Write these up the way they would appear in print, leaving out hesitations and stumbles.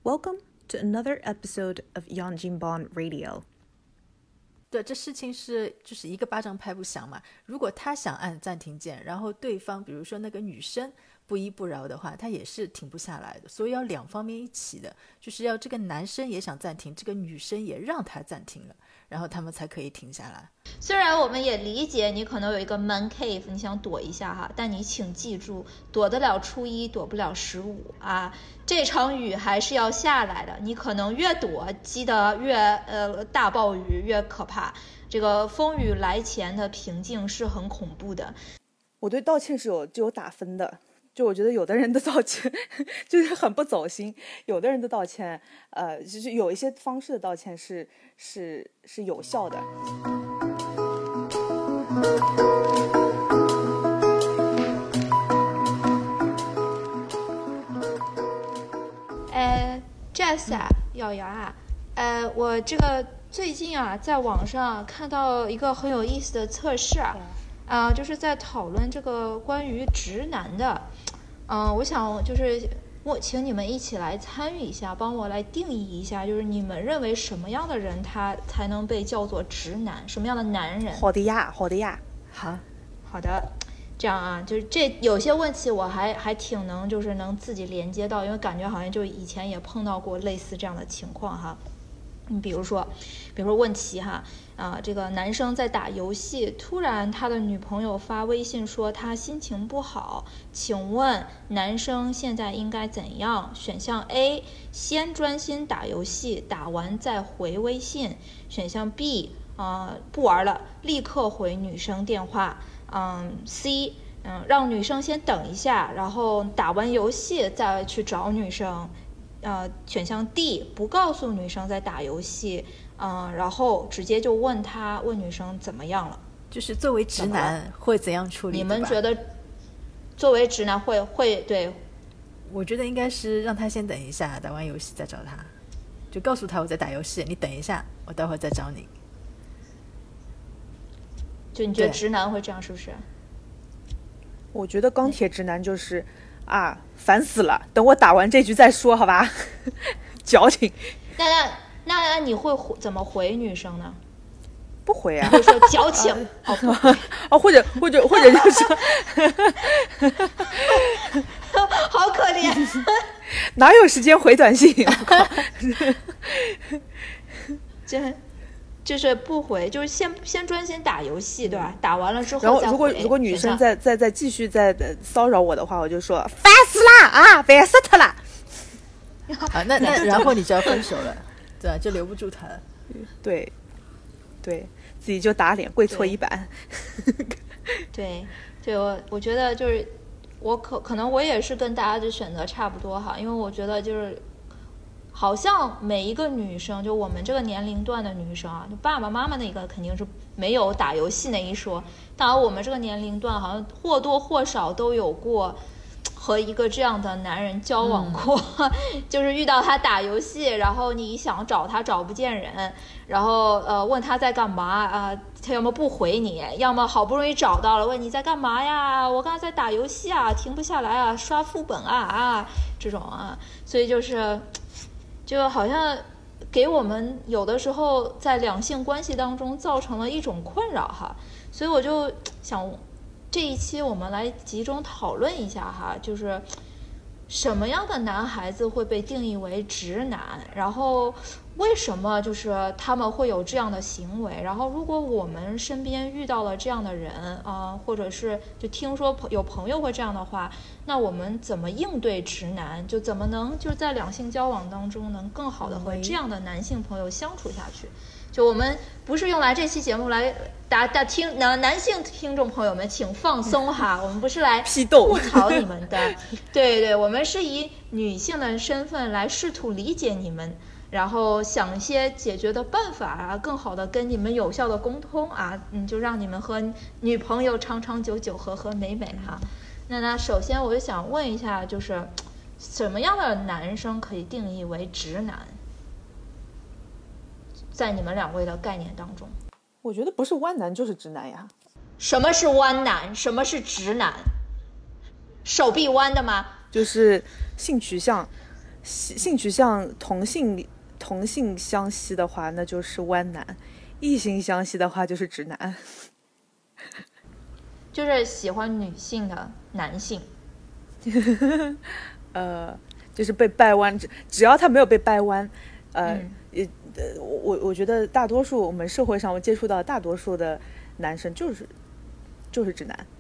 Welcome to another episode of Yanjinban Radio。 对，这事情就是一个巴掌拍不响嘛。如果他想按暂停键，然后对方比如说那个女生不依不饶的话，他也是停不下来的。所以要两方面一起的，就是要这个男生也想暂停，这个女生也让他暂停了，然后他们才可以停下来。 虽然我们也理解你可能有一个 man cave 你想躲一下哈，但你请记住，躲得了初一躲不了15啊。这场雨还是要下来的，你可能越躲积得越大暴雨越可怕。这个风雨来前的平静是很恐怖的。 我对道歉是有打分的，就我觉得有的人的道歉就是很不走心，有的人的道歉就是有一些方式的道歉是有效的。 Jess 啊，咬牙啊，我这个最近啊，在网上看到一个很有意思的测试啊，就是在讨论这个关于直男的，我想就是请你们一起来参与一下，帮我来定义一下，就是你们认为什么样的人他才能被叫做直男，什么样的男人？ 好的呀， 好的。这样啊，就是这有些问题我还挺能自己连接到，因为感觉好像就以前也碰到过类似这样的情况哈。你比如说问题哈，这个男生在打游戏，突然他的女朋友发微信说他心情不好，请问男生现在应该怎样？选项 A 先专心打游戏，打完再回微信。选项 B 不玩了，立刻回女生电话。C 让女生先等一下，然后打完游戏再去找女生。选项 D 不告诉女生在打游戏，然后直接就问女生怎么样了。 就是作为直男会怎样处理？ 你们觉得作为直男会对？ 我觉得应该是让他先等一下，打完游戏再找他，就告诉他我在打游戏，你等一下，我待会儿再找你。 就你觉得直男会这样是不是？ 我觉得钢铁直男就是烦死了，等我打完这局再说好吧。矫情。 那你会怎么回女生呢？ 不回啊， 会说矫情或者就是好可怜。 哪有时间回短信？ 就是不回，就是先专心打游戏，对吧？打完了之后然后如果女生再继续骚扰我的话，我就说烦死啦烦死他啦。 那然后你就要分手了，对吧？就留不住他了。 对，自己就打脸，跪搓衣板。 对，我觉得就是可能我也是跟大家的选择差不多哈，因为我觉得就是好像每一个女生，就我们这个年龄段的女生啊，就爸爸妈妈那个肯定是没有打游戏那一说，当然我们这个年龄段好像或多或少都有过和一个这样的男人交往过，就是遇到他打游戏，然后你想找他找不见人，然后问他在干嘛他要么不回你，要么好不容易找到了问你在干嘛呀，我刚才在打游戏停不下来刷副本这种所以就好像给我们有的时候在两性关系当中造成了一种困扰哈，所以我就想这一期我们来集中讨论一下哈，就是什么样的男孩子会被定义为直男，然后为什么就是他们会有这样的行为，然后如果我们身边遇到了这样的人或者是就听说有朋友会这样的话，那我们怎么应对直男，就怎么能就在两性交往当中能更好的和这样的男性朋友相处下去。就我们不是用来这期节目来男性听众朋友们请放松哈，我们不是来吐槽你们的对，我们是以女性的身份来试图理解你们，然后想一些解决的办法更好的跟你们有效的沟通就让你们和女朋友长长久久和和美美哈。那首先我就想问一下，就是什么样的男生可以定义为直男？在你们两位的概念当中， 我觉得不是弯男就是直男呀。 什么是弯男？什么是直男？手臂弯的吗？ 就是性取向性取向同性相吸的话，那就是弯男；异性相吸的话就是直男。 就是喜欢女性的男性。 就是被掰弯，只要他没有被掰弯，我觉得大多数我们社会上接触到大多数的男生就是直男。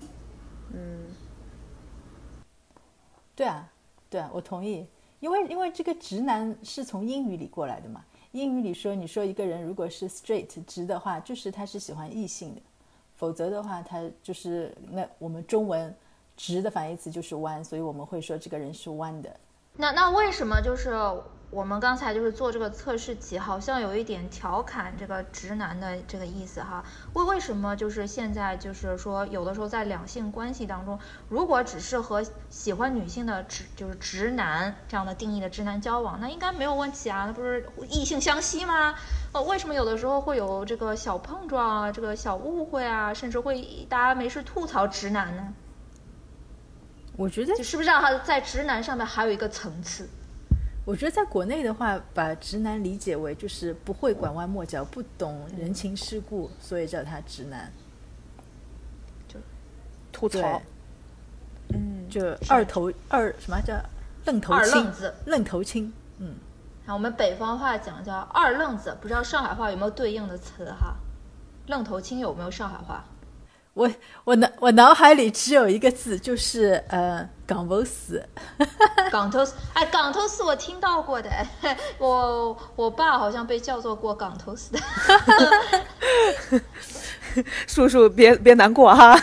对啊，我同意，因为这个直男是从英语里过来的嘛。英语里说，你说一个人如果是 straight 直的话，就是他是喜欢异性的，否则的话，他就是那我们中文直的反义词就是弯，所以我们会说这个人是弯的。 那为什么就是我们刚才就是做这个测试题，好像有一点调侃这个直男的这个意思哈？为什么就是现在就是说有的时候在两性关系当中，如果只是和喜欢女性的就是直男这样的定义的直男交往，那应该没有问题啊，那不是异性相吸吗？为什么有的时候会有这个小碰撞啊，这个小误会啊，甚至会大家没事吐槽直男呢？ 我觉得就是不是让他在直男上面还有一个层次？ 我觉得在国内的话，把直男理解为就是不会拐弯抹角、不懂人情世故，所以叫他直男， 就吐槽。 就什么叫愣头青？ 二愣子， 愣头青。 我们北方话讲叫二愣子，不知道上海话有没有对应的词哈？愣头青有没有上海话？ 我脑海里只有一个字，就是港头丝。 港头丝，港头丝我听到过的，我爸好像被叫做过港头丝的。 叔叔别难过哈。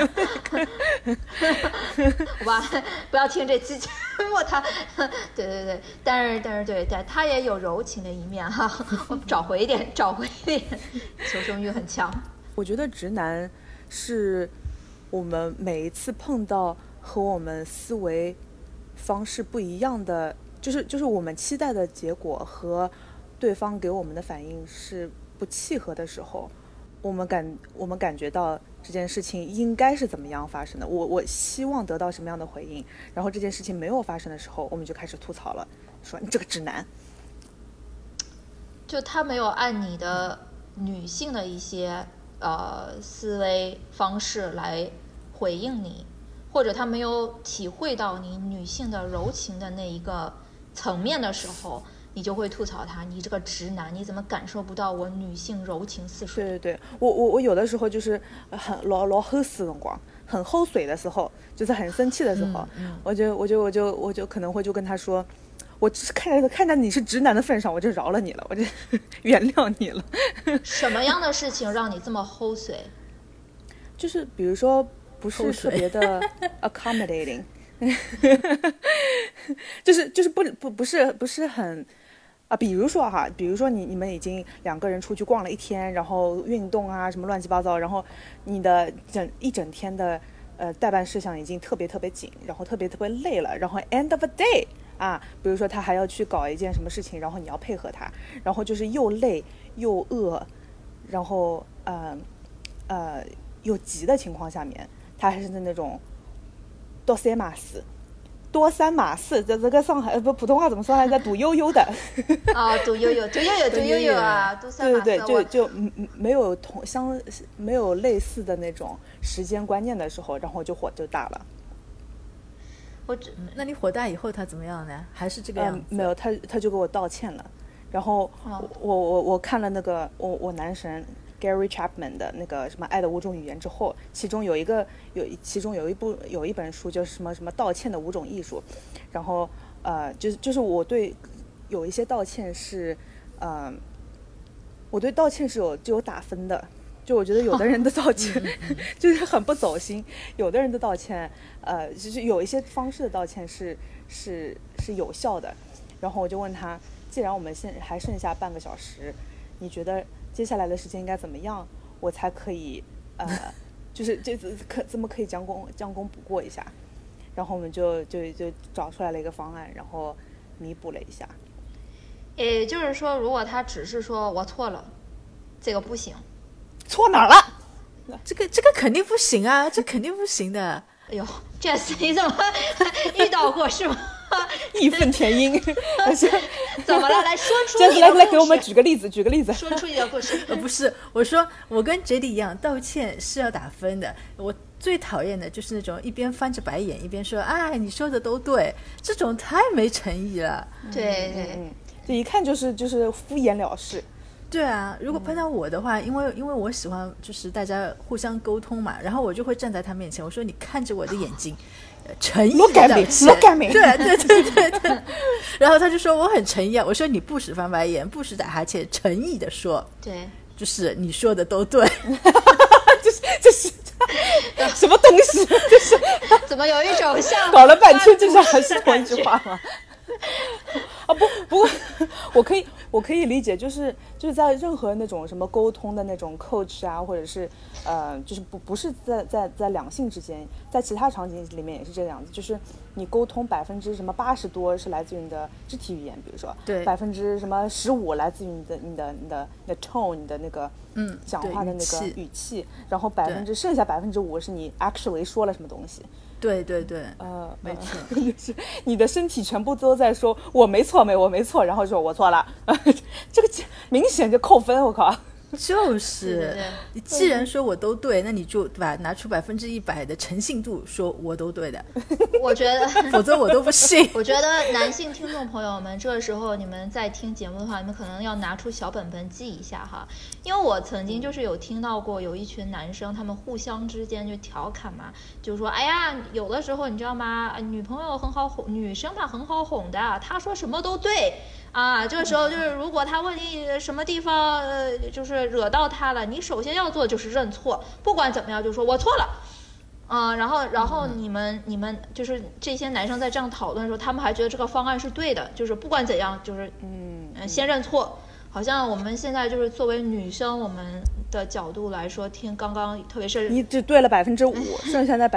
我爸不要听这期节目，他对，但是对他也有柔情的一面哈，我找回一点，求生欲很强。 我觉得直男是我们每一次碰到和我们思维方式不一样的，就是我们期待的结果和对方给我们的反应是不契合的时候，我们感觉到这件事情应该是怎么样发生的，我希望得到什么样的回应，然后这件事情没有发生的时候，我们就开始吐槽了，说你这个直男。 就他没有按你的女性的一些思维方式来回应你，或者他没有体会到你女性的柔情的那一个层面的时候，你就会吐槽他，你这个直男，你怎么感受不到我女性柔情似水？ 对，我有的时候就是很老齁死的光，很齁水的时候，就是很生气的时候，我就可能会就跟他说，我只是看在你是直男的份上，我就饶了你了，我就原谅你了。 什么样的事情让你这么齁水？ 就是比如说不是特别的 accommodating， 就是不是很比如说你们已经两个人出去逛了一天，然后运动啊什么乱七八糟，然后你的一整天的代办事项已经特别紧，然后特别累了，然后 end of a day。比如说他还要去搞一件什么事情，然后你要配合他，然后就是又累又饿，然后又急的情况下面，他还是那种多三码事，这个上海普通话怎么说来着？赌悠悠的。 赌悠悠啊，多三码事。 对，就没有类似的那种时间观念的时候，然后火就大了。 那你火大以后他怎么样呢？还是这个样子？ 没有，他就给我道歉了。然后我看了那个我男神 Gary Chapman 的那个什么《爱的5种语言》之后，其中有一本书就是什么道歉的5种艺术，然后就是我对有一些道歉是我对道歉是有打分的。就我觉得有的人的道歉就是很不走心，有的人的道歉就是有一些方式的道歉是有效的。然后我就问他，既然我们还剩下半个小时，你觉得接下来的时间应该怎么样，我才可以怎么可以将功补过一下？然后我们就找出来了一个方案，然后弥补了一下。 也就是说，如果他只是说我错了，这个不行。 错哪儿了？ 这个肯定不行啊，这肯定不行的。 哎呦，Jess 你怎么遇到过是吗？ 义愤填膺。 怎么了？来说出这你的故事。 来给我们举个例子， 说出你的故事。 不是，我说我跟 JD 一样，道歉是要打分的。我最讨厌的就是那种一边翻着白眼一边说哎你说的都对，这种太没诚意了。 对对， 这一看就是敷衍了事。 对啊，如果碰到我的话，因为我喜欢就是大家互相沟通嘛，然后我就会站在他面前，我说你看着我的眼睛，诚意的道歉。对，然后他就说我很诚意啊，我说你不时翻白眼，不时打哈欠，诚意的说， 对， 就是你说的都对。 这是什么东西？就是怎么有一种像搞了半天，就是还是同一句话吗？啊不过我可以理解，就是在任何那种什么沟通的那种 coach 啊，或者是就是不是在两性之间，在其他场景里面也是这个样子，就是你沟通80%多是来自于你的肢体语言，比如说对 15%来自于你的 tone， 你的那个讲话的那个语气，然后剩下5%是你 actually 说了什么东西。 对，没错， 就是你的身体全部都在说我没错，然后说我错了，这个明显就扣分，我靠！ 就是你既然说我都对，那你就拿出100%的诚信度说我都对的。 我觉得否则我都不信。 我觉得男性听众朋友们，这个时候你们在听节目的话，你们可能要拿出小本本记一下哈，因为我曾经就是有听到过有一群男生他们互相之间就调侃嘛，就说哎呀，有的时候你知道吗，女朋友很好哄，女生嘛很好哄的，她说什么都对。啊，这个时候就是，如果他问你什么地方就是惹到他了，你首先要做就是认错，不管怎么样就说我错了，然后你们就是这些男生在这样讨论的时候，他们还觉得这个方案是对的，就是不管怎样就是先认错。好像我们现在就是作为女生，我们的角度来说，听刚刚特别是你只对了5%，剩下的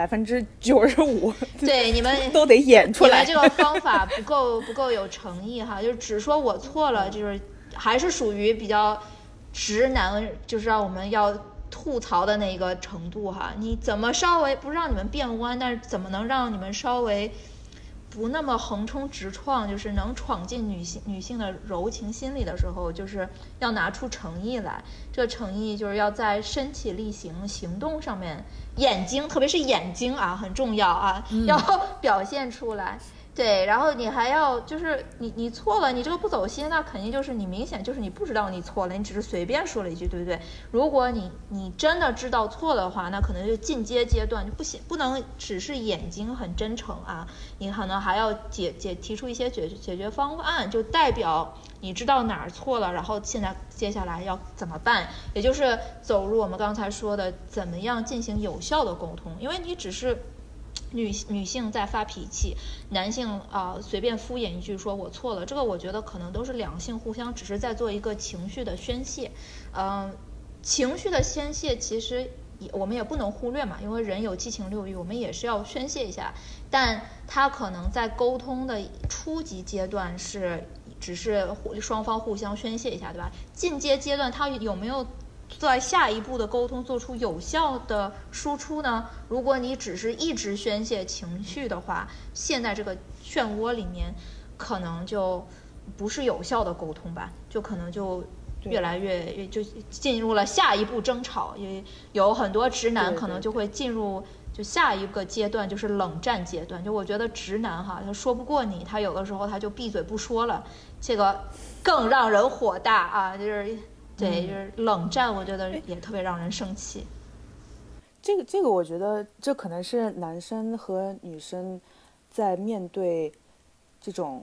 95%， 对你们都得演出来。 你们这个方法不够有诚意哈，就是只说我错了，就是还是属于比较直男，就是让我们要吐槽的那个程度哈。你怎么稍微不让你们变弯，但是怎么能让你们稍微不那么横冲直撞，就是能闯进女性的柔情心理的时候，就是要拿出诚意来。这诚意就是要在身体力行行动上面，眼睛特别是眼睛啊很重要啊，要表现出来。对，然后你还要就是你错了，你这个不走心，那肯定就是你明显就是你不知道你错了，你只是随便说了一句，对不对？如果你真的知道错的话，那可能就进阶阶段就不能只是眼睛很真诚啊，你可能还要提出一些解决方案，就代表你知道哪儿错了，然后接下来要怎么办，也就是走入我们刚才说的怎么样进行有效的沟通，因为你只是女性在发脾气，男性随便敷衍一句说我错了，这个我觉得可能都是两性互相只是在做一个情绪的宣泄。情绪的宣泄其实我们也不能忽略嘛，因为人有七情六欲，我们也是要宣泄一下，但它可能在沟通的初级阶段只是双方互相宣泄一下，对吧？进阶阶段它有没有在下一步的沟通做出有效的输出呢？如果你只是一直宣泄情绪的话，陷在这个漩涡里面，可能就不是有效的沟通吧，就可能就越来越就进入了下一步争吵。也有很多直男可能就会进入就下一个阶段，就是冷战阶段。就我觉得直男哈，他说不过你，他有的时候他就闭嘴不说了，这个更让人火大啊，就是对，就是冷战，我觉得也特别让人生气。 这个，我觉得这可能是男生和女生在面对这种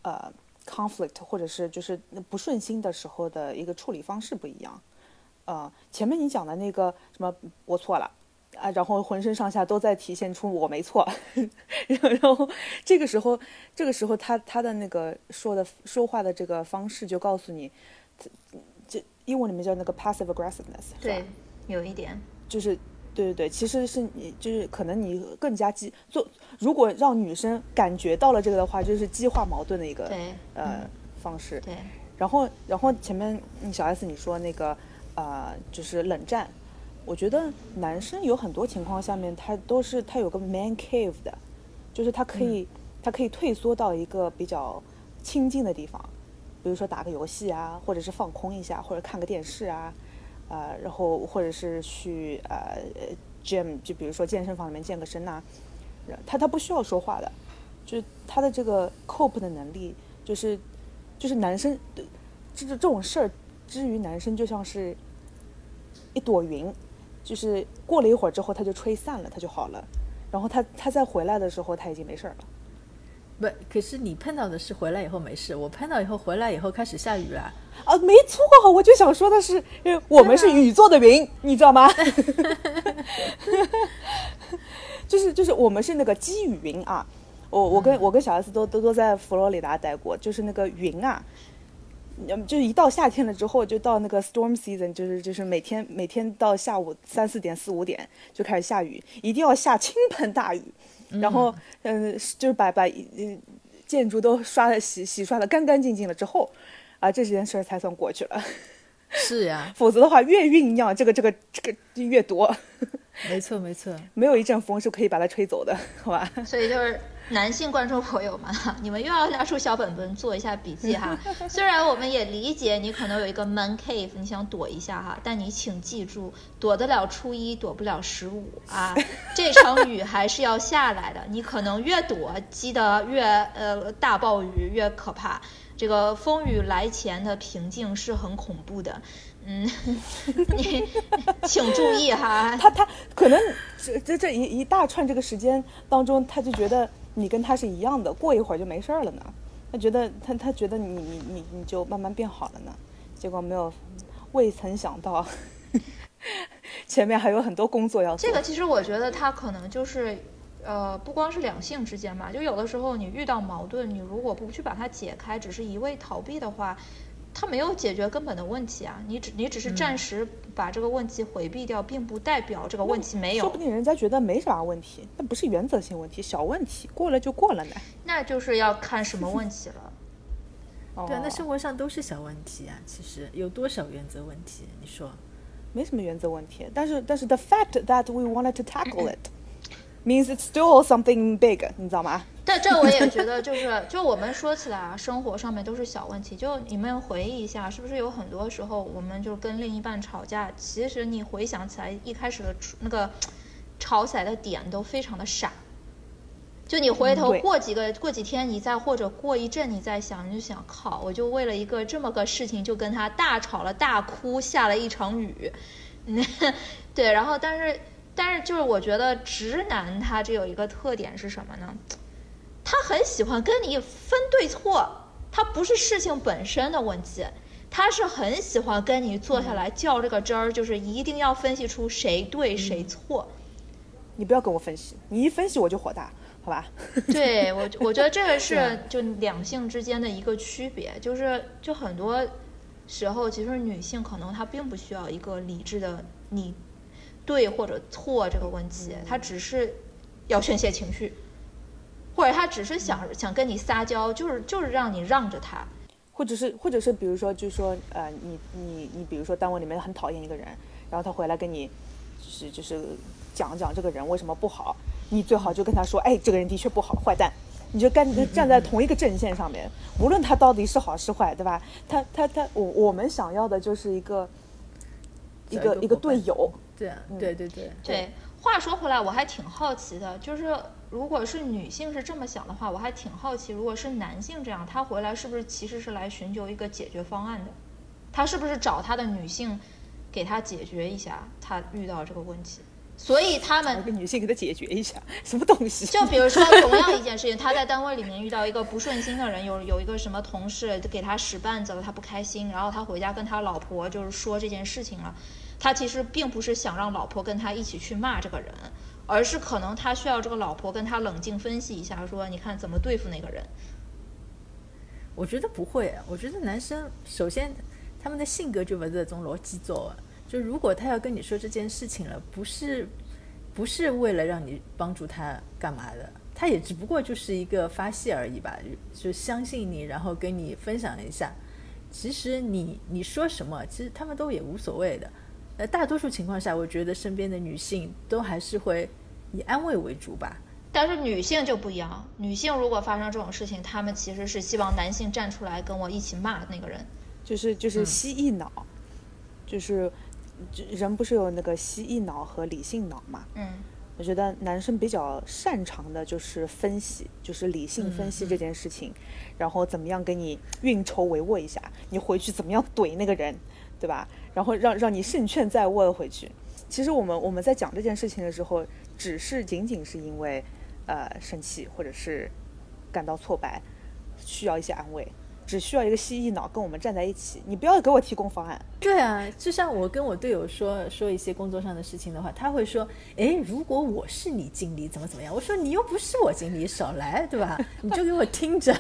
conflict 或者是就是不顺心的时候的一个处理方式不一样。前面你讲的那个什么我错了啊，然后浑身上下都在体现出我没错，然后这个时候他的那个说话的这个方式就告诉你。英文里面叫那个 passive aggressiveness， 对，有一点， 就是对，其实是你就是可能你更加如果让女生感觉到了这个的话，就是激化矛盾的一个方式。 对， 然后前面小 S 你说那个就是冷战，我觉得男生有很多情况下面他有个 man cave 的，就是他可以他可以退缩到一个比较清静的地方，比如说打个游戏啊，或者是放空一下，或者看个电视啊，然后或者是去gym， 就比如说健身房里面健个身呐，他不需要说话的，就是他的这个 cope 的能力，就是男生这种事儿，至于男生就像是一朵云，就是过了一会儿之后他就吹散了，他就好了，然后他再回来的时候他已经没事了。 不，可是你碰到的是回来以后没事，我碰到以后回来以后开始下雨了。 啊，没错，我就想说的是，我们是雨做的云，你知道吗？就是我们是那个积雨云啊。我跟小 S 都在佛罗里达待过，就是那个云啊，就是一到夏天了之后，就到那个 storm season，就是每天到下午3、4点、4、5点就开始下雨，一定要下倾盆大雨，然后就是把建筑都洗刷的干干净净了之后，啊，这件事才算过去了。 是呀， 否则的话越酝酿这个越多。 没错， 没有一阵风是可以把它吹走的，好吧？ 所以就是男性观众朋友们哈，你们又要拿出小本本做一下笔记哈。虽然我们也理解你可能有一个 man cave， 你想躲一下哈，但你请记住，躲得了初一，躲不了15啊。这场雨还是要下来的，你可能越躲积得越大暴雨越可怕。这个风雨来前的平静是很恐怖的，你请注意哈。 他可能这一大串这个时间当中，他就觉得你跟他是一样的，过一会儿就没事了呢。他觉得你就慢慢变好了呢，结果未曾想到前面还有很多工作要做。 这个其实我觉得他可能就是不光是两性之间吧，就有的时候你遇到矛盾，你如果不去把它解开，只是一味逃避的话，它没有解决根本的问题啊。你只是暂时把这个问题回避掉，并不代表这个问题没有。 说不定人家觉得没啥问题，那不是原则性问题，小问题过了就过了呢。 那就是要看什么问题了。 对啊，那生活上都是小问题啊，其实有多少原则问题？你说， 没什么原则问题，但是 the fact that we wanted to tackle it means it's still something big， 你知道吗？ 但这我也觉得就我们说起来啊，生活上面都是小问题。就你们回忆一下，是不是有很多时候我们就跟另一半吵架，其实你回想起来一开始的那个吵起来的点都非常的傻。就你回头过几天，你再或者过一阵你再想，你就想靠，我就为了一个这么个事情就跟他大吵了大哭，下了一场雨。对，然后但是就是我觉得直男他这有一个特点是什么呢？他很喜欢跟你分对错，他不是事情本身的问题，他是很喜欢跟你坐下来较这个真儿，就是一定要分析出谁对谁错。 你不要跟我分析，你一分析我就火大，好吧？ 对，我觉得这个是就两性之间的一个区别，就很多时候其实女性可能她并不需要一个理智的你对或者错这个问题，她只是要宣泄情绪，或者她只是想跟你撒娇，就是让你让着她， 或者是比如说就是说你比如说单位里面很讨厌一个人，然后他回来跟你就是讲这个人为什么不好，你最好就跟他说，哎，这个人的确不好，坏蛋。你就站在同一个阵线上面，无论他到底是好是坏，对吧？我们想要的就是一个队友。 对啊， 对。话说回来，我还挺好奇的，就是如果是女性是这么想的话，我还挺好奇，如果是男性这样，他回来是不是其实是来寻求一个解决方案的？他是不是找他的女性给他解决一下他遇到这个问题？所以他们一个女性给他解决一下什么东西？ 就比如说同样一件事情，他在单位里面遇到一个不顺心的人，有一个什么同事给他使绊子了，他不开心，然后他回家跟他老婆就是说这件事情了。他其实并不是想让老婆跟他一起去骂这个人，而是可能他需要这个老婆跟他冷静分析一下，说你看怎么对付那个人。 我觉得不会，我觉得男生首先他们的性格就把这种逻辑做，就如果他要跟你说这件事情了，不是为了让你帮助他干嘛的，他也只不过就是一个发泄而已吧，就相信你，然后跟你分享一下。其实你说什么，其实他们都也无所谓的。大多数情况下，我觉得身边的女性都还是会以安慰为主吧。 但是女性就不一样，女性如果发生这种事情，她们其实是希望男性站出来跟我一起骂那个人。 就是蜥蜴脑，就是人不是有那个蜥蜴脑和理性脑嘛？我觉得男生比较擅长的就是分析，就是理性分析这件事情，然后怎么样给你运筹帷幄一下，你回去怎么样怼那个人，对吧？然后让你胜券在握的回去。其实我们在讲这件事情的时候，仅仅是因为生气或者是感到挫败，需要一些安慰。只需要一个蜥蜴脑跟我们站在一起，你不要给我提供方案。 对啊，就像我跟我队友说一些工作上的事情的话，他会说，哎，如果我是你经理怎么样？我说你又不是我经理，少来，对吧？你就给我听着。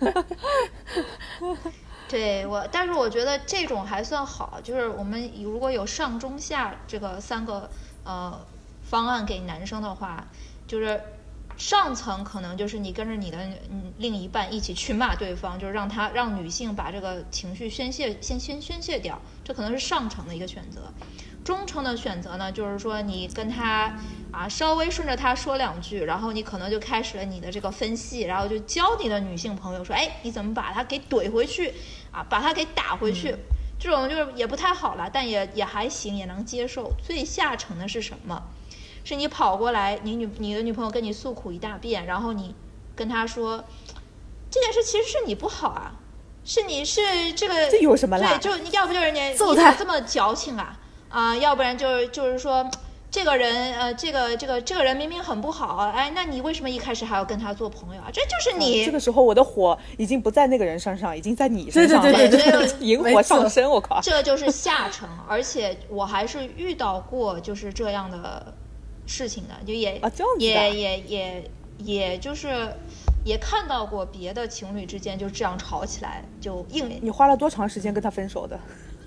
对，但是我觉得这种还算好，就是我们如果有上中下这个3个方案给男生的话，就是上层可能就是你跟着你的另一半一起去骂对方，就是让女性把这个情绪宣泄掉，这可能是上层的一个选择。中层的选择呢，就是说你跟他稍微顺着他说2句，然后你可能就开始了你的这个分析，然后就教你的女性朋友说，哎，你怎么把他给怼回去把他给打回去。这种就是也不太好了，但也还行，也能接受。最下层的是什么？是你跑过来，你的女朋友跟你诉苦一大遍，然后你跟她说，这件事其实是你不好啊，是这个， 这有什么啦？ 对，就要不就是你揍他这么矫情要不然就是说这个人这个人明明很不好，哎，那你为什么一开始还要跟他做朋友啊？这就是你这个时候我的火已经不在那个人身上，已经在你身上了， 对， 引火上身，我靠！ 这就是下层，而且我还是遇到过就是这样的事情的，就也就是也看到过别的情侣之间就这样吵起来，就你花了多长时间跟他分手的？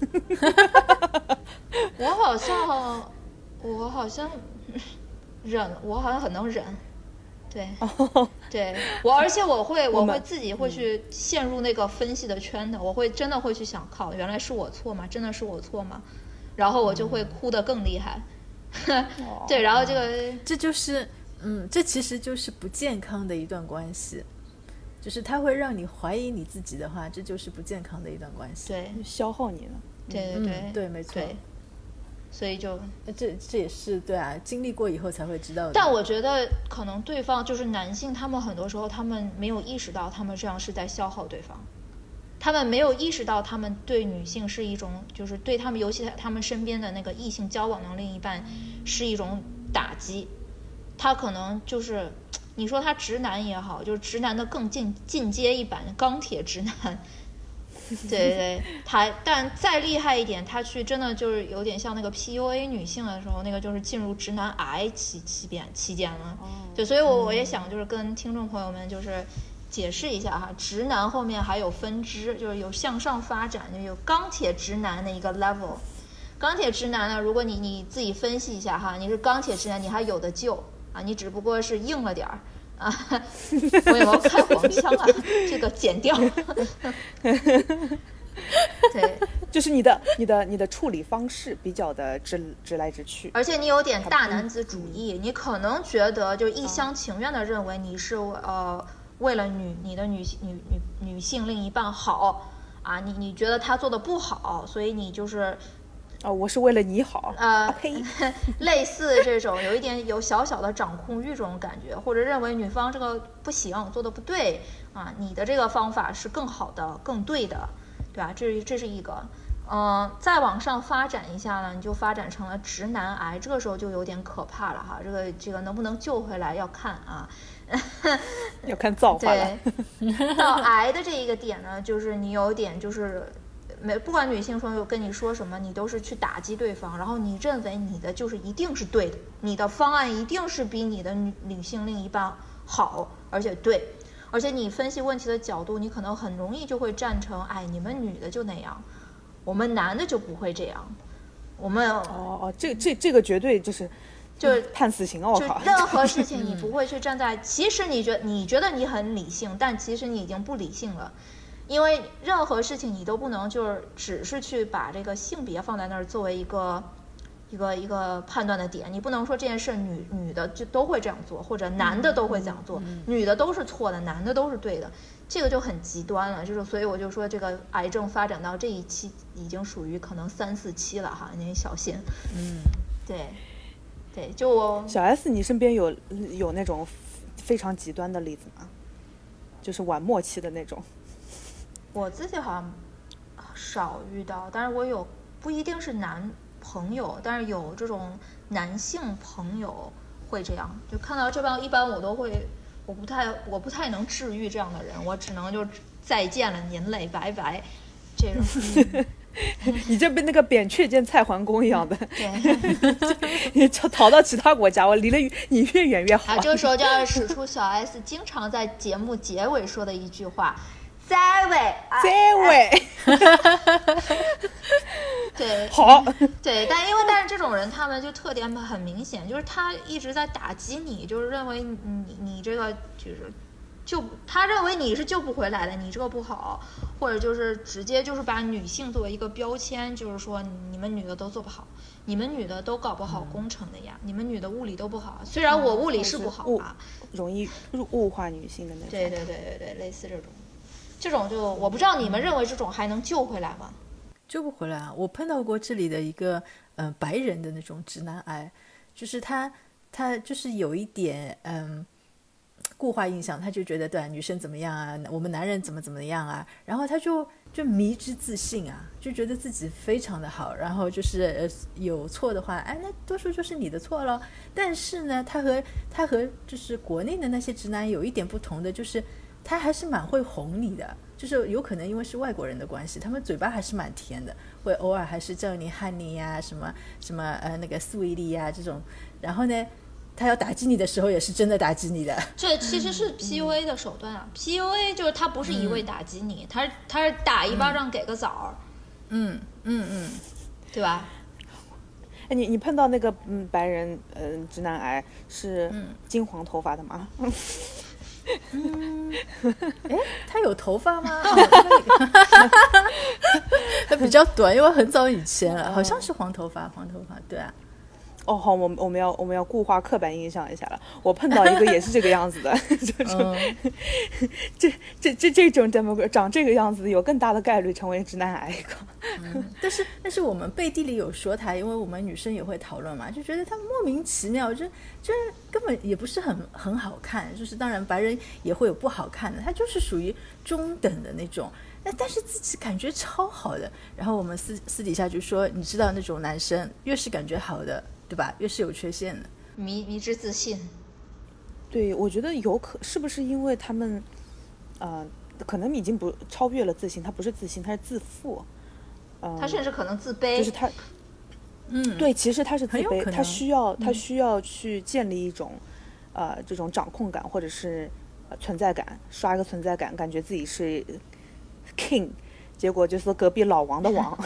我好像忍，我好像很能忍，对，对而且我会自己会去陷入那个分析的圈的，我会真的会去想，靠，原来是我错吗？真的是我错吗？然后我就会哭得更厉害。对，然后这就是这其实就是不健康的一段关系，就是它会让你怀疑你自己的话，这就是不健康的一段关系， 对， 消耗你了。 对，没错。 所以就这也是对啊，经历过以后才会知道的。 但我觉得可能对方就是男性，他们很多时候他们没有意识到他们这样是在消耗对方，他们没有意识到他们对女性是一种，就是对他们尤其他们身边的那个异性交往的另一半是一种打击。他可能就是你说他直男也好，就是直男的更进阶一版钢铁直男。对，但再厉害一点，他去真的就是有点像那个 PUA 女性的时候，那个就是进入直男癌期间了。对，所以我也想就是跟听众朋友们就是解释一下哈，直男后面还有分支，就是有向上发展，就有钢铁直男的一个 level。钢铁直男呢，如果你自己分析一下哈，你是钢铁直男，你还有的救你只不过是硬了点儿。我有没有开黄腔这个剪掉。对， 就是你的处理方式比较的直来直去， 而且你有点大男子主义，你可能觉得就一厢情愿的认为你是为了你的女性另一半好你觉得他做的不好，所以你就是我是为了你好类似这种有一点有小小的掌控欲这种感觉，或者认为女方这个不行，做的不对你的这个方法是更好的更对的，对吧？这是一个再往上发展一下呢，你就发展成了直男癌，这个时候就有点可怕了哈。这个能不能救回来要看要看造化了。 对，到癌的这一个点呢，就是你有点就是不管女性朋友跟你说什么，你都是去打击对方，然后你认为你的就是一定是对的，你的方案一定是比你的女性另一半好，而且对，而且你分析问题的角度，你可能很容易就会站成，你们女的就那样，我们男的就不会这样，我们这个绝对就是判死刑我靠！ 就任何事情你不会去站在，其实你觉得你很理性，但其实你已经不理性了。因为任何事情你都不能就是只是去把这个性别放在那儿作为一个一个判断的点，你不能说这件事女的就都会这样做，或者男的都会这样做，女的都是错的，男的都是对的，这个就很极端了。就是所以我就说这个癌症发展到这一期已经属于可能3、4期了哈，那小心。对，就我小 S， 你身边有那种非常极端的例子吗？就是晚末期的那种。 我自己好像少遇到，但是我有不一定是男朋友，但是有这种男性朋友会这样，就看到这帮一般我都会，我不太能治愈这样的人，我只能就再见了您嘞，拜拜这种。 你这跟那个扁鹊见蔡桓公一样的， 对， 你逃到其他国家，我离了你越远越好。 这个时候就要使出小 S 经常在节目结尾说的一句话：再会。对， 好。 对，但是这种人他们就特点很明显，就是他一直在打击你，就是认为你这个他认为你是救不回来的，你这个不好，或者就是直接就是把女性作为一个标签，就是说你们女的都做不好，你们女的都搞不好工程的呀，你们女的物理都不好，虽然我物理是不好啊， 容易物化女性的那种。 对，类似这种就我不知道你们认为这种还能救回来吗？ 救不回来啊！我碰到过这里的一个白人的那种直男癌，就是他就是有一点固化印象，他就觉得对女生怎么样啊，我们男人怎么样啊，然后他就迷之自信啊，就觉得自己非常的好，然后就是有错的话，那多数就是你的错了。但是呢，他和就是国内的那些直男有一点不同的，就是他还是蛮会哄你的，就是有可能因为是外国人的关系，他们嘴巴还是蛮甜的，会偶尔还是叫你 honey 呀，什么那个 sweetie 呀这种，然后呢他要打击你的时候也是真的打击你的。 这其实是 PUA 的手段啊。PUA 就是他不是一味打击你，他是打一巴掌给个枣儿。对吧？ 你碰到那个白人直男癌是金黄头发的吗？ 他有头发吗？他比较短，因为很早以前了，好像是黄头发，对啊。 哦，好，我们要固化刻板印象一下了。我碰到一个也是这个样子的，这种 demographic 长这个样子，有更大的概率成为直男癌。 但是我们背地里有说他，因为我们女生也会讨论嘛，就觉得他莫名其妙，就是根本也不是很好看，就是当然白人也会有不好看的，他就是属于中等的那种。但是自己感觉超好的，然后我们私底下就说，你知道那种男生越是感觉好的，对吧？越是有缺陷的， 迷之自信。 对，我觉得是不是因为他们，可能已经不超越了自信，他不是自信，他是自负， 他甚至可能自卑。 就是他，对，其实他是自卑，他需要去建立一种，这种掌控感或者是存在感，刷一个存在感，感觉自己是 king， 结果就是隔壁老王的王。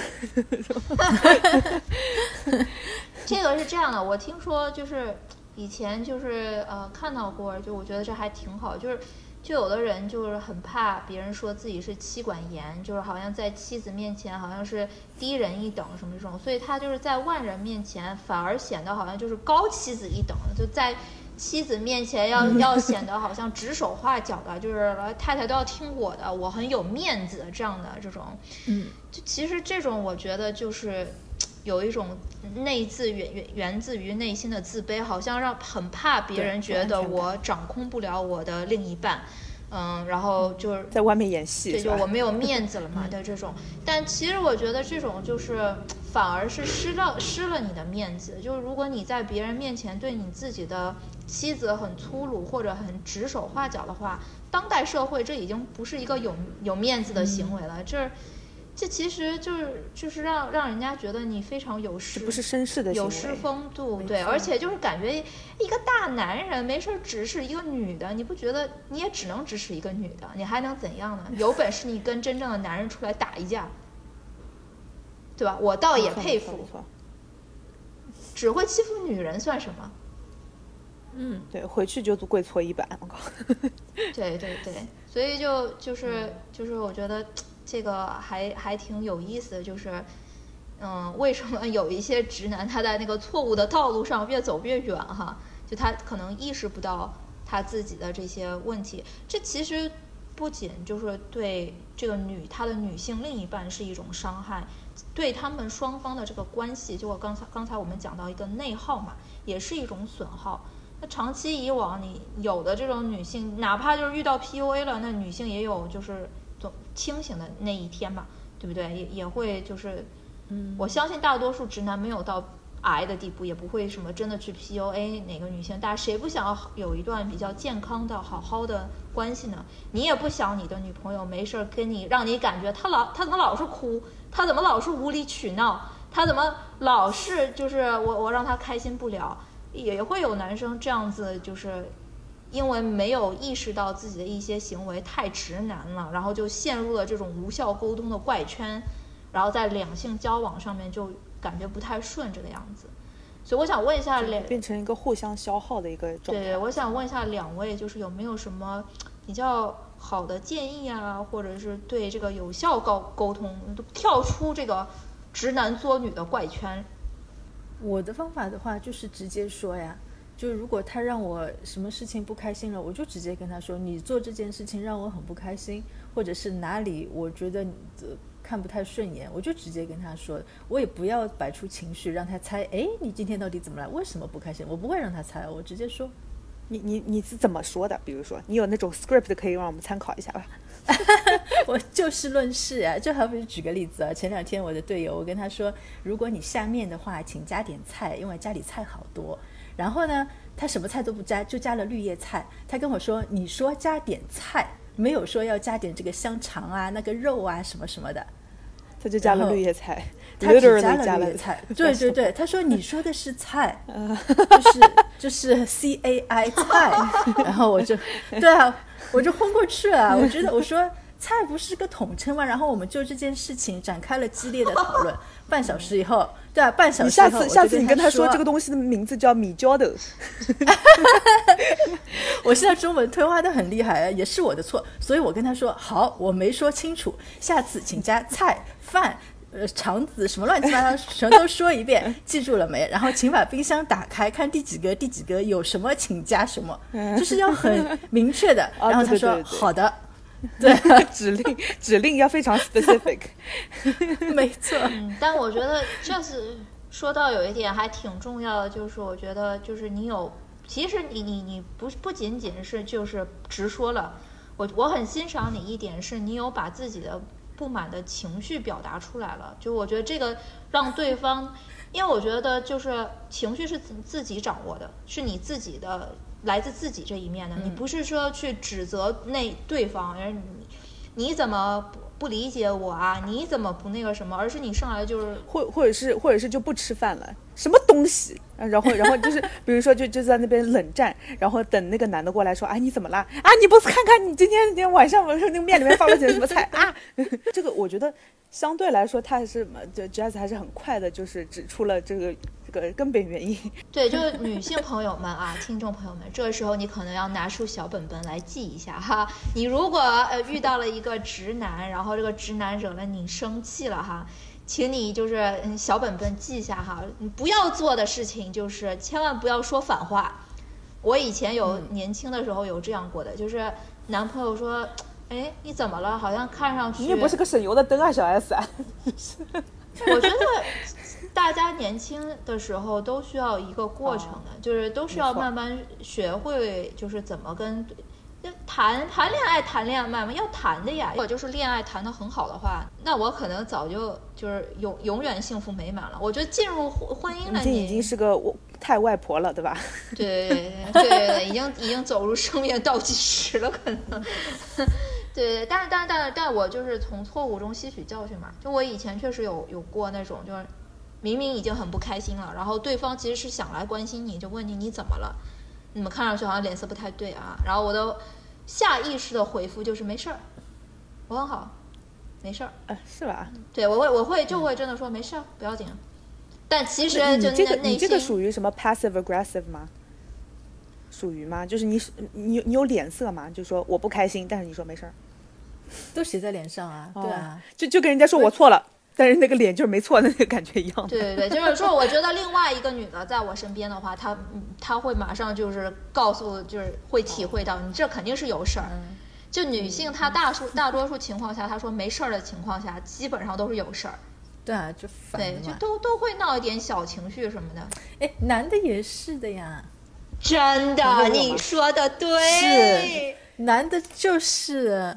这个是这样的，我听说就是以前就是看到过，就我觉得这还挺好，就有的人就是很怕别人说自己是妻管严，就是好像在妻子面前好像是低人一等什么这种，所以他就是在外人面前反而显得好像就是高妻子一等，就在妻子面前要显得好像指手画脚的，就是太太都要听我的，我很有面子这样的这种。就其实这种我觉得就是有一种源自于内心的自卑，好像很怕别人觉得我掌控不了我的另一半，然后就是在外面演戏， 对，就我没有面子了嘛的这种。但其实我觉得这种就是反而是失了你的面子。就是如果你在别人面前对你自己的妻子很粗鲁或者很指手画脚的话，当代社会这已经不是一个有面子的行为了，这其实就是让人家觉得你非常有势， 不是绅士的行为， 有失风度，对，而且就是感觉一个大男人没事指使一个女的，你不觉得你也只能指使一个女的，你还能怎样呢？有本事你跟真正的男人出来打一架，对吧？我倒也佩服，只会欺负女人算什么？ 对，回去就跪搓衣板，我靠。 对，所以就是我觉得这个还挺有意思的，就是为什么有一些直男他在那个错误的道路上越走越远哈？就他可能意识不到他自己的这些问题。这其实不仅就是对这个他的女性另一半是一种伤害，对他们双方的这个关系，就我刚才我们讲到一个内耗嘛，也是一种损耗。那长期以往，你有的这种女性，哪怕就是遇到 PUA 了，那女性也有就是总清醒的那一天嘛，对不对？也会就是，我相信大多数直男没有到癌的地步，也不会什么真的去 PUA 哪个女性。但谁不想要有一段比较健康的好好的关系呢？你也不想你的女朋友没事跟你，让你感觉她怎么老是哭，她怎么老是无理取闹，她怎么老是就是我让她开心不了。也会有男生这样子，就是因为没有意识到自己的一些行为太直男了，然后就陷入了这种无效沟通的怪圈，然后在两性交往上面就感觉不太顺这个样子。所以我想问一下， 变成一个互相消耗的一个状态。 对，我想问一下两位，就是有没有什么比较好的建议啊，或者是对这个有效沟通，跳出这个直男作女的怪圈？ 我的方法的话就是直接说呀，就如果他让我什么事情不开心了，我就直接跟他说，你做这件事情让我很不开心，或者是哪里我觉得看不太顺眼，我就直接跟他说，我也不要摆出情绪让他猜，哎，你今天到底怎么了，为什么不开心，我不会让他猜，我直接说。 你是怎么说的？比如说你有那种 script 可以让我们参考一下吧？ 我就事论事啊，就好比举个例子啊，前2天我的队友，我跟他说，如果你下面的话请加点菜，因为家里菜好多。然后呢他什么菜都不加，就加了绿叶菜。他跟我说，你说加点菜，没有说要加点这个香肠啊那个肉啊什么什么的， 他就加了绿叶菜， 他只加了绿叶菜。对对对，他说你说的是菜，就是 CAI 菜。然后我就对啊，我就昏过去了。我觉得我说菜不是个统称吗？然后我们就这件事情展开了激烈的讨论。半小时以后，对啊，半小时以后， 下次你跟他说这个东西的名字叫米椒的。 我现在中文推化的很厉害，也是我的错，所以我跟他说好，我没说清楚，下次请加菜饭肠子什么乱七八糟全都说一遍，记住了没？然后请把冰箱打开，看第几个有什么请加什么，就是要很明确的。然后他说对对对对好的。对指令要非常 specific。 没错。 但我觉得这次说到有一点还挺重要的，就是我觉得就是你有，其实你不仅仅是就是直说了，我很欣赏你一点是你有把自己的不满的情绪表达出来了，就我觉得这个让对方，因为我觉得就是情绪是自己掌握的，是你自己的，来自自己这一面的，你不是说去指责对方，而你怎么不理解我啊？你怎么不那个什么？而是你上来就是或者是就不吃饭了，什么东西？然后就是比如说就在那边冷战，然后等那个男的过来说，哎，你怎么啦？啊，你不是看看你今天晚上我说那个面里面放了点什么菜啊？这个我觉得相对来说他还是Jazz 还是很快的，就是指出了这个根本原因。 对，就是女性朋友们啊，听众朋友们，这个时候你可能要拿出小本本来记一下哈。你如果遇到了一个直男，然后这个直男惹了你生气了哈，请你就是小本本记一下哈。你不要做的事情就是千万不要说反话。我以前有年轻的时候有这样过的，就是男朋友说，哎，你怎么了？好像看上去你也不是个省油的灯啊，小 S 啊。 我觉得大家年轻的时候都需要一个过程的，就是都是要慢慢学会，就是怎么跟谈恋爱慢慢要谈的呀。如果就是恋爱谈得很好的话，那我可能早就是永远幸福美满了。我觉得进入婚姻了， 你已经是个太外婆了，对吧？ 对，已经走入生命倒计时了，可能。对，但我就是从错误中吸取教训嘛。就我以前确实有过那种，就是明明已经很不开心了，然后对方其实是想来关心你，就问你怎么了？你们看上去好像脸色不太对啊。然后我的下意识的回复就是没事儿，我很好，没事儿。 是吧？ 对，我会真的说没事儿，不要紧。但其实就你这个属于什么 passive aggressive 吗？属于吗？就是你有脸色吗？就说我不开心，但是你说没事儿， 都写在脸上啊。对啊， 就跟人家说我错了， 但是那个脸就是没错的那个感觉一样的。 对对对，就是说，我觉得另外一个女的在我身边的话，她会马上就是告诉，就是会体会到你这肯定是有事儿。就女性，她大多数情况下，她说没事儿的情况下，基本上都是有事儿。 对啊，就烦对，就都会闹一点小情绪什么的。 哎，男的也是的呀。 真的，你说的对。 是，男的就是。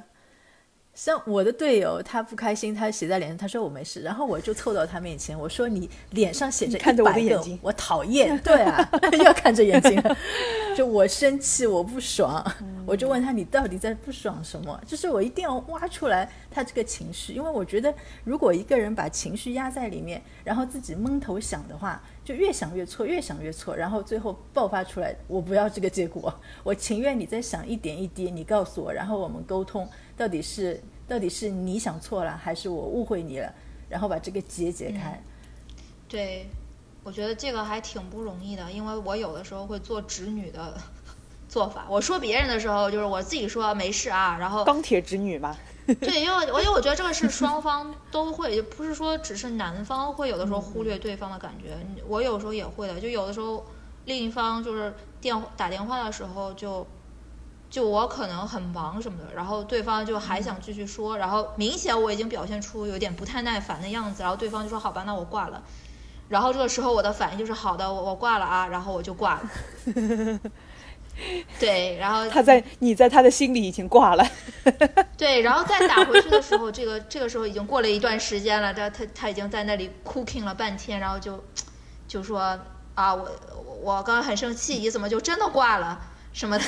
像我的队友，他不开心，他写在脸上，他说我没事，然后我就凑到他面前，我说你脸上写着100个，我讨厌，对啊，要看着眼睛，就我生气，我不爽，我就问他你到底在不爽什么？就是我一定要挖出来他这个情绪，因为我觉得如果一个人把情绪压在里面，然后自己闷头想的话，就越想越错，越想越错，然后最后爆发出来，我不要这个结果，我情愿你再想一点一滴，你告诉我，然后我们沟通。到底是你想错了，还是我误会你了？然后把这个结开。 对，我觉得这个还挺不容易的，因为我有的时候会做直女的做法。我说别人的时候，就是我自己说没事啊，然后钢铁直女嘛。 对，因为我觉得这个是双方都会，就不是说只是男方会有的时候忽略对方的感觉，我有时候也会的。就有的时候另一方就是打电话的时候就我可能很忙什么的，然后对方就还想继续说，然后明显我已经表现出有点不太耐烦的样子，然后对方就说好吧，那我挂了。然后这个时候我的反应就是好的，我挂了啊，然后我就挂了。对，然后你在他的心里已经挂了。 对，然后再打回去的时候，这个时候已经过了一段时间了，他已经在那里 cooking 了半天，然后就说啊，我刚刚很生气，你怎么就真的挂了？什么的。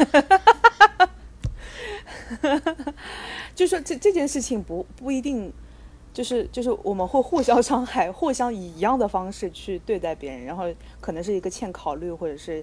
就说这件事情不一定，就是我们会互相伤害，互相以一样的方式去对待别人，然后可能是一个欠考虑，或者是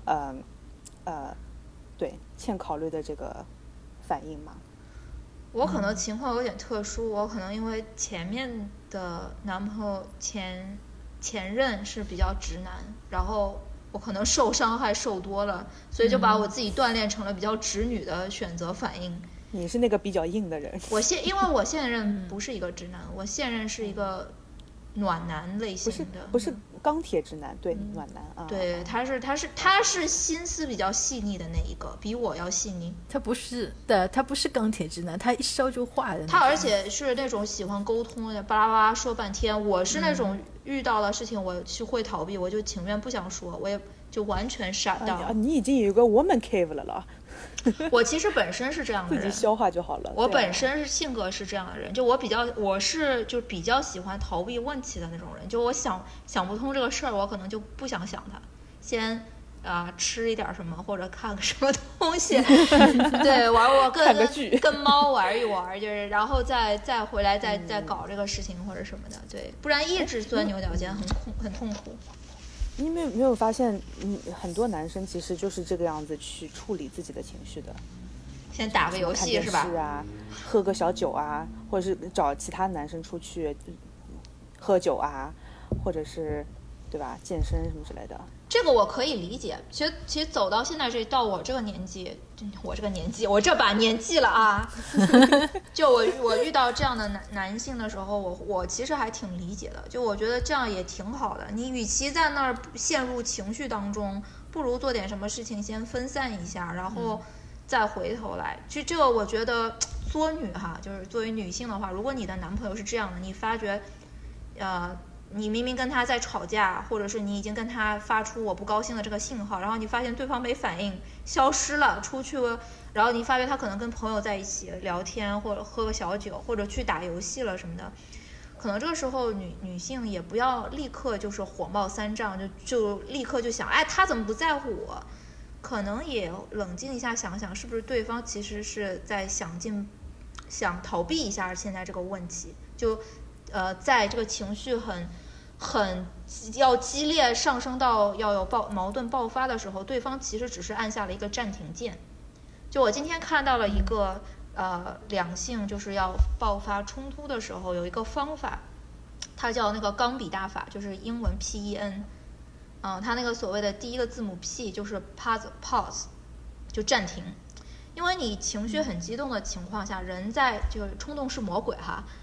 对，欠考虑的这个反应嘛。 我可能情况有点特殊，我可能因为前面的男朋友前任是比较直男，然后我可能受伤害受多了，所以就把我自己锻炼成了比较直女的选择反应。 你是那个比较硬的人。 因为我现任不是一个直男，我现任是一个暖男类型的， 不是钢铁直男，对，暖男啊。 对，他是心思比较细腻的那一个，比我要细腻。 他不是钢铁直男，他一烧就化的。 他而且是那种喜欢沟通的，巴拉巴拉说半天。我是那种遇到了事情我是会逃避，我就情愿不想说，我也就完全shut down。 你已经有一个 woman cave 了。 我其实本身是这样的人， 自己消化就好了。 我本身是性格是这样的人，就我是就比较喜欢逃避问题的那种人。就我想不通这个事儿，我可能就不想它，先吃一点什么或者看个什么东西，对，跟猫玩一玩，就是然后再回来再搞这个事情或者什么的，对，不然一直钻牛角尖很痛苦。 你没有发现，很多男生其实就是这个样子去处理自己的情绪的。 先打个游戏是吧？ 是啊，喝个小酒啊，或者是找其他男生出去喝酒啊，或者是对吧，健身什么之类的。 这个我可以理解。其实走到现在到我这个年纪，我这把年纪了啊，就我遇到这样的男性的时候，我其实还挺理解的。就我觉得这样也挺好的。你与其在那儿陷入情绪当中，不如做点什么事情先分散一下，然后再回头来。就这个我觉得作女哈，就是作为女性的话，如果你的男朋友是这样的，你发觉你明明跟他在吵架，或者是你已经跟他发出我不高兴的这个信号，然后你发现对方没反应，消失了，出去了，然后你发觉他可能跟朋友在一起聊天，或者喝个小酒，或者去打游戏了什么的，可能这个时候女性也不要立刻就是火冒三丈，就立刻就想，哎，他怎么不在乎我？可能也冷静一下，想想是不是对方其实是在想逃避一下现在这个问题，就在这个情绪很要激烈上升到要有矛盾爆发的时候，对方其实只是按下了一个暂停键。就我今天看到了一个两性就是要爆发冲突的时候有一个方法，它叫那个钢笔大法，就是英文 PEN。它那个所谓的第一个字母 P 就是 pause， 就暂停。因为你情绪很激动的情况下，人在这个冲动是魔鬼哈，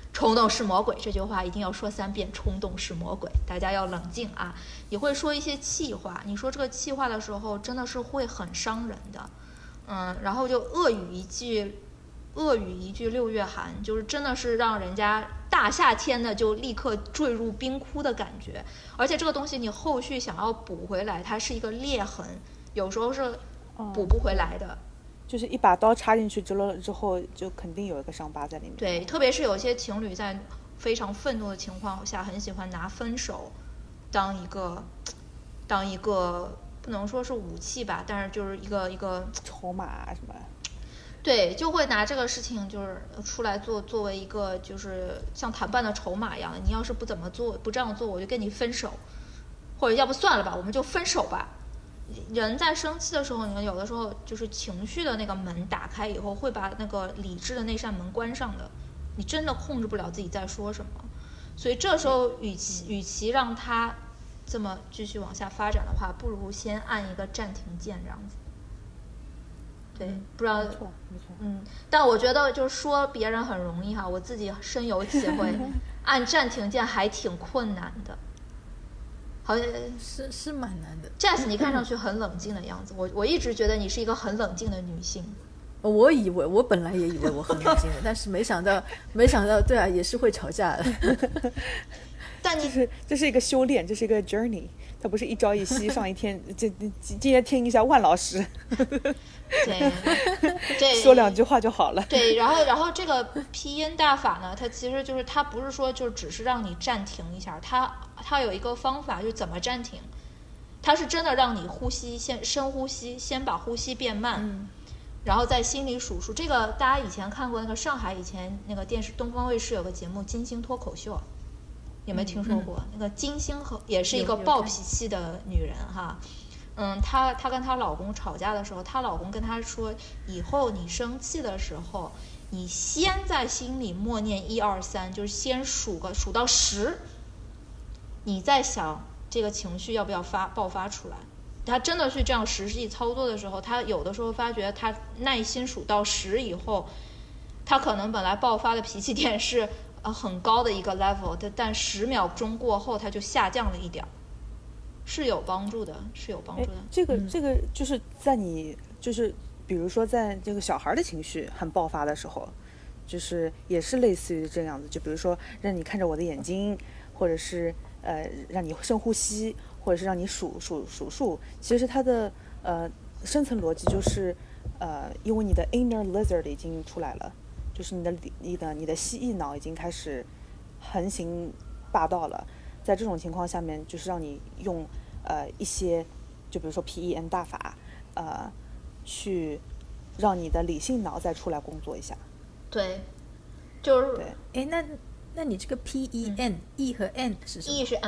冲动是魔鬼这句话一定要说3遍，冲动是魔鬼，大家要冷静啊。你会说一些气话，你说这个气话的时候真的是会很伤人的，然后就恶语一句6月寒，就是真的是让人家大夏天的就立刻坠入冰窟的感觉。而且这个东西你后续想要补回来，它是一个裂痕，有时候是补不回来的。 就是一把刀插进去之后，就肯定有一个伤疤在里面。 对，特别是有些情侣在非常愤怒的情况下，很喜欢拿分手当一个不能说是武器吧，但是就是一个筹码什么。 对，就会拿这个事情就是出来作为一个就是像谈判的筹码一样的，你要是不这样做，我就跟你分手，或者要不算了吧，我们就分手吧。人在生气的时候，你有的时候就是情绪的那个门打开以后，会把那个理智的那扇门关上的，你真的控制不了自己在说什么。所以这时候与其让他这么继续往下发展的话，不如先按一个暂停键这样子。对，不知道， 没错， 但我觉得就是说别人很容易哈，我自己深有体会，按暂停键还挺困难的。好像是蛮难的。 Jess， 你看上去很冷静的样子，我一直觉得你是一个很冷静的女性。 我本来也以为我很冷静的，但是没想到，对啊，也是会吵架的。 但这是一个修炼，这是一个 journey， 它不是一朝一夕，上一天今天听一下万老师， 对， 说2句话就好了。 对，然后这个劈音大法呢，它其实就是它不是说就只是让你暂停一下，它有一个方法，就怎么暂停，它是真的让你呼吸，先深呼吸，先把呼吸变慢。然后在心里数数，这个大家以前看过那个上海以前那个电视东方卫视有个节目《金星脱口秀》，有没有听说过？那个金星也是一个暴脾气的女人哈。她跟她老公吵架的时候，她老公跟她说，以后你生气的时候，你先在心里默念1、2、3，就是先数到10，你再想这个情绪要不要爆发出来。他真的是这样实际操作的时候，他有的时候发觉他耐心数到10以后，他可能本来爆发的脾气点是很高的一个 level， 但10秒钟过后他就下降了一点，是有帮助的。 这个就是在你就是比如说在这个小孩的情绪很爆发的时候，就是也是类似于这样子，就比如说让你看着我的眼睛，或者是让你深呼吸，或者是让你数数，其实它的深层逻辑就是因为你的 inner lizard 已经出来了，就是你的蜥蜴脑已经开始横行霸道了。在这种情况下面，就是让你用一些，就比如说 PEN 大法，去让你的理性脑再出来工作一下。 对，就是对。那你这个 PEN、E 和 N 是什么？ E 是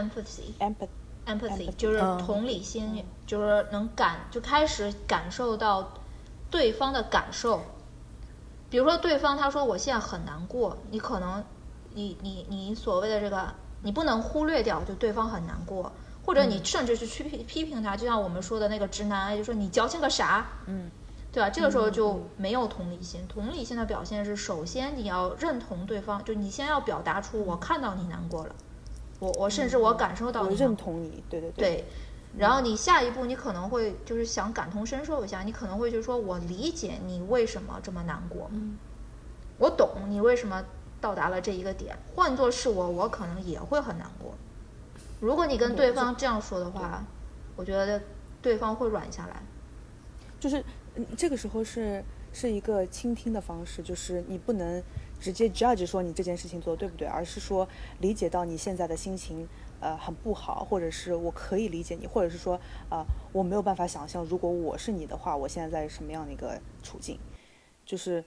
empathy， 就是同理心，就是就开始感受到对方的感受。比如说对方他说我现在很难过，你可能你所谓的这个你不能忽略掉，就对方很难过，或者你甚至是去批评他，就像我们说的那个直男癌，就说你矫情个啥，对吧？这个时候就没有同理心。同理心的表现是，首先你要认同对方，就你先要表达出我看到你难过了，我甚至我感受到你难过， 我认同你，对。 然后你下一步你可能会就是想感同身受一下，你可能会就是说我理解你为什么这么难过，我懂你为什么到达了这一个点，换作是我可能也会很难过。如果你跟对方这样说的话，我觉得对方会软下来。 就是这个时候是一个倾听的方式，就是你不能直接 judge 说你这件事情做对不对，而是说理解到你现在的心情很不好，或者是我可以理解你，或者是说我没有办法想象如果我是你的话，我现在在什么样的一个处境，就是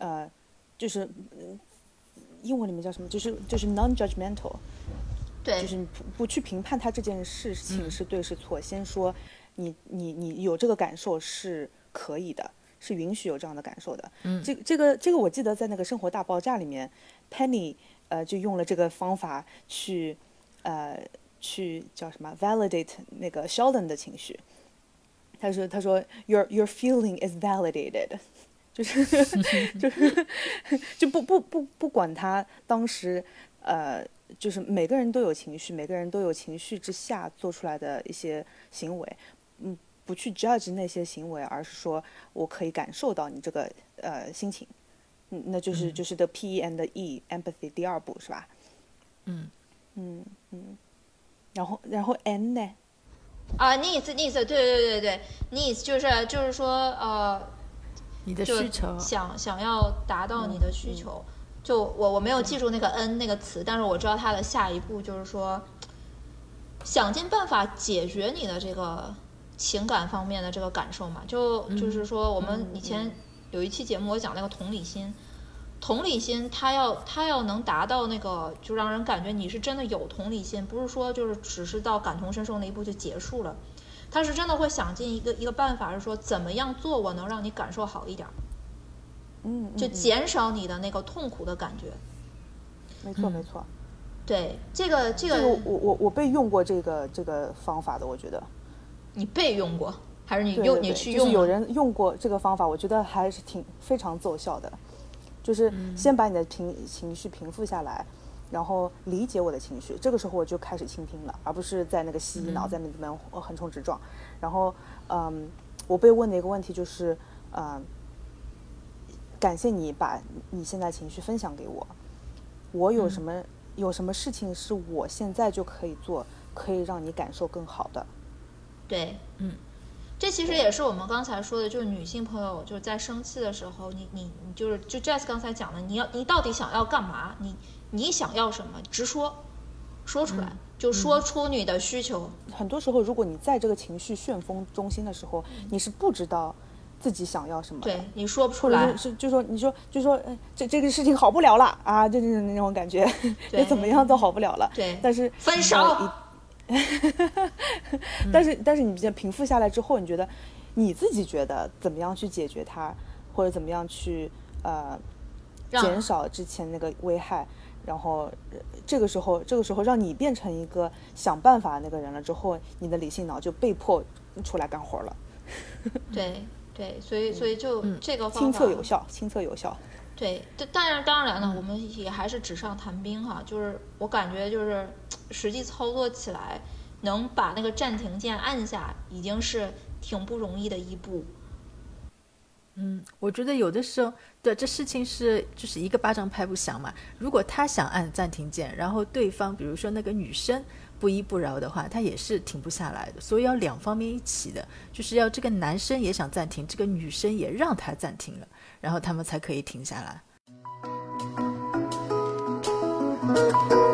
英文里面叫什么，就是 non-judgmental， 对， 就是不去评判他这件事情是对是错，先说你有这个感受是可以的，是允许有这样的感受的。这个我记得在那个《生活大爆炸》里面 ，Penny 就用了这个方法去叫什么 validate 那个 Sheldon 的情绪。他说 your feeling is validated， 就不管他当时就是每个人都有情绪，每个人都有情绪之下做出来的一些行为，不去 judge 那些行为，而是说我可以感受到你这个心情，那就是the P and E empathy 第二步是吧？然后 N 呢？ needs 对 needs 就是说你的需求， 想要达到你的需求。就我没有记住那个 N 那个词，但是我知道它的下一步就是说，想尽办法解决你的这个情感方面的这个感受嘛。就是说，我们以前有一期节目我讲那个同理心，它要能达到那个，就让人感觉你是真的有同理心，不是说就是只是到感同身受那一步就结束了。他是真的会想尽一个办法，是说怎么样做我能让你感受好一点，就减少你的那个痛苦的感觉。 没错。 对，这个我被用过这个方法的，我觉得。你被用过，还是你去用？ 就是有人用过这个方法，我觉得还是非常奏效的。就是先把你的情绪平复下来，然后理解我的情绪，这个时候我就开始倾听了，而不是在那个洗脑，在那边横冲直撞。然后我被问的一个问题就是感谢你把你现在情绪分享给我，我有什么事情是我现在就可以做，可以让你感受更好的。 对，这其实也是我们刚才说的，就是女性朋友就是在生气的时候，你就 Jess 刚才讲的，你到底想要干嘛？你想要什么？直说出来，就说出你的需求。 很多时候，如果你在这个情绪旋风中心的时候，你是不知道自己想要什么的， 对，你说不出来， 就说这个事情好不了了啊，就是那种感觉，你怎么样都好不了了。 对， 但是分手。 但是你平复下来之后，你觉得你自己觉得怎么样去解决它，或者怎么样去减少之前那个危害，然后这个时候让你变成一个想办法那个人了之后，你的理性脑就被迫出来干活了。 对，所以就这个方法亲测有效。 对，当然了，我们也还是纸上谈兵哈，就是我感觉就是实际操作起来，能把那个暂停键按下，已经是挺不容易的一步。 我觉得有的时候，对，这事情就是一个巴掌拍不响嘛。如果他想按暂停键，然后对方比如说那个女生不依不饶的话，他也是停不下来的。所以要两方面一起的，就是要这个男生也想暂停，这个女生也让他暂停了，然后他们才可以停下来。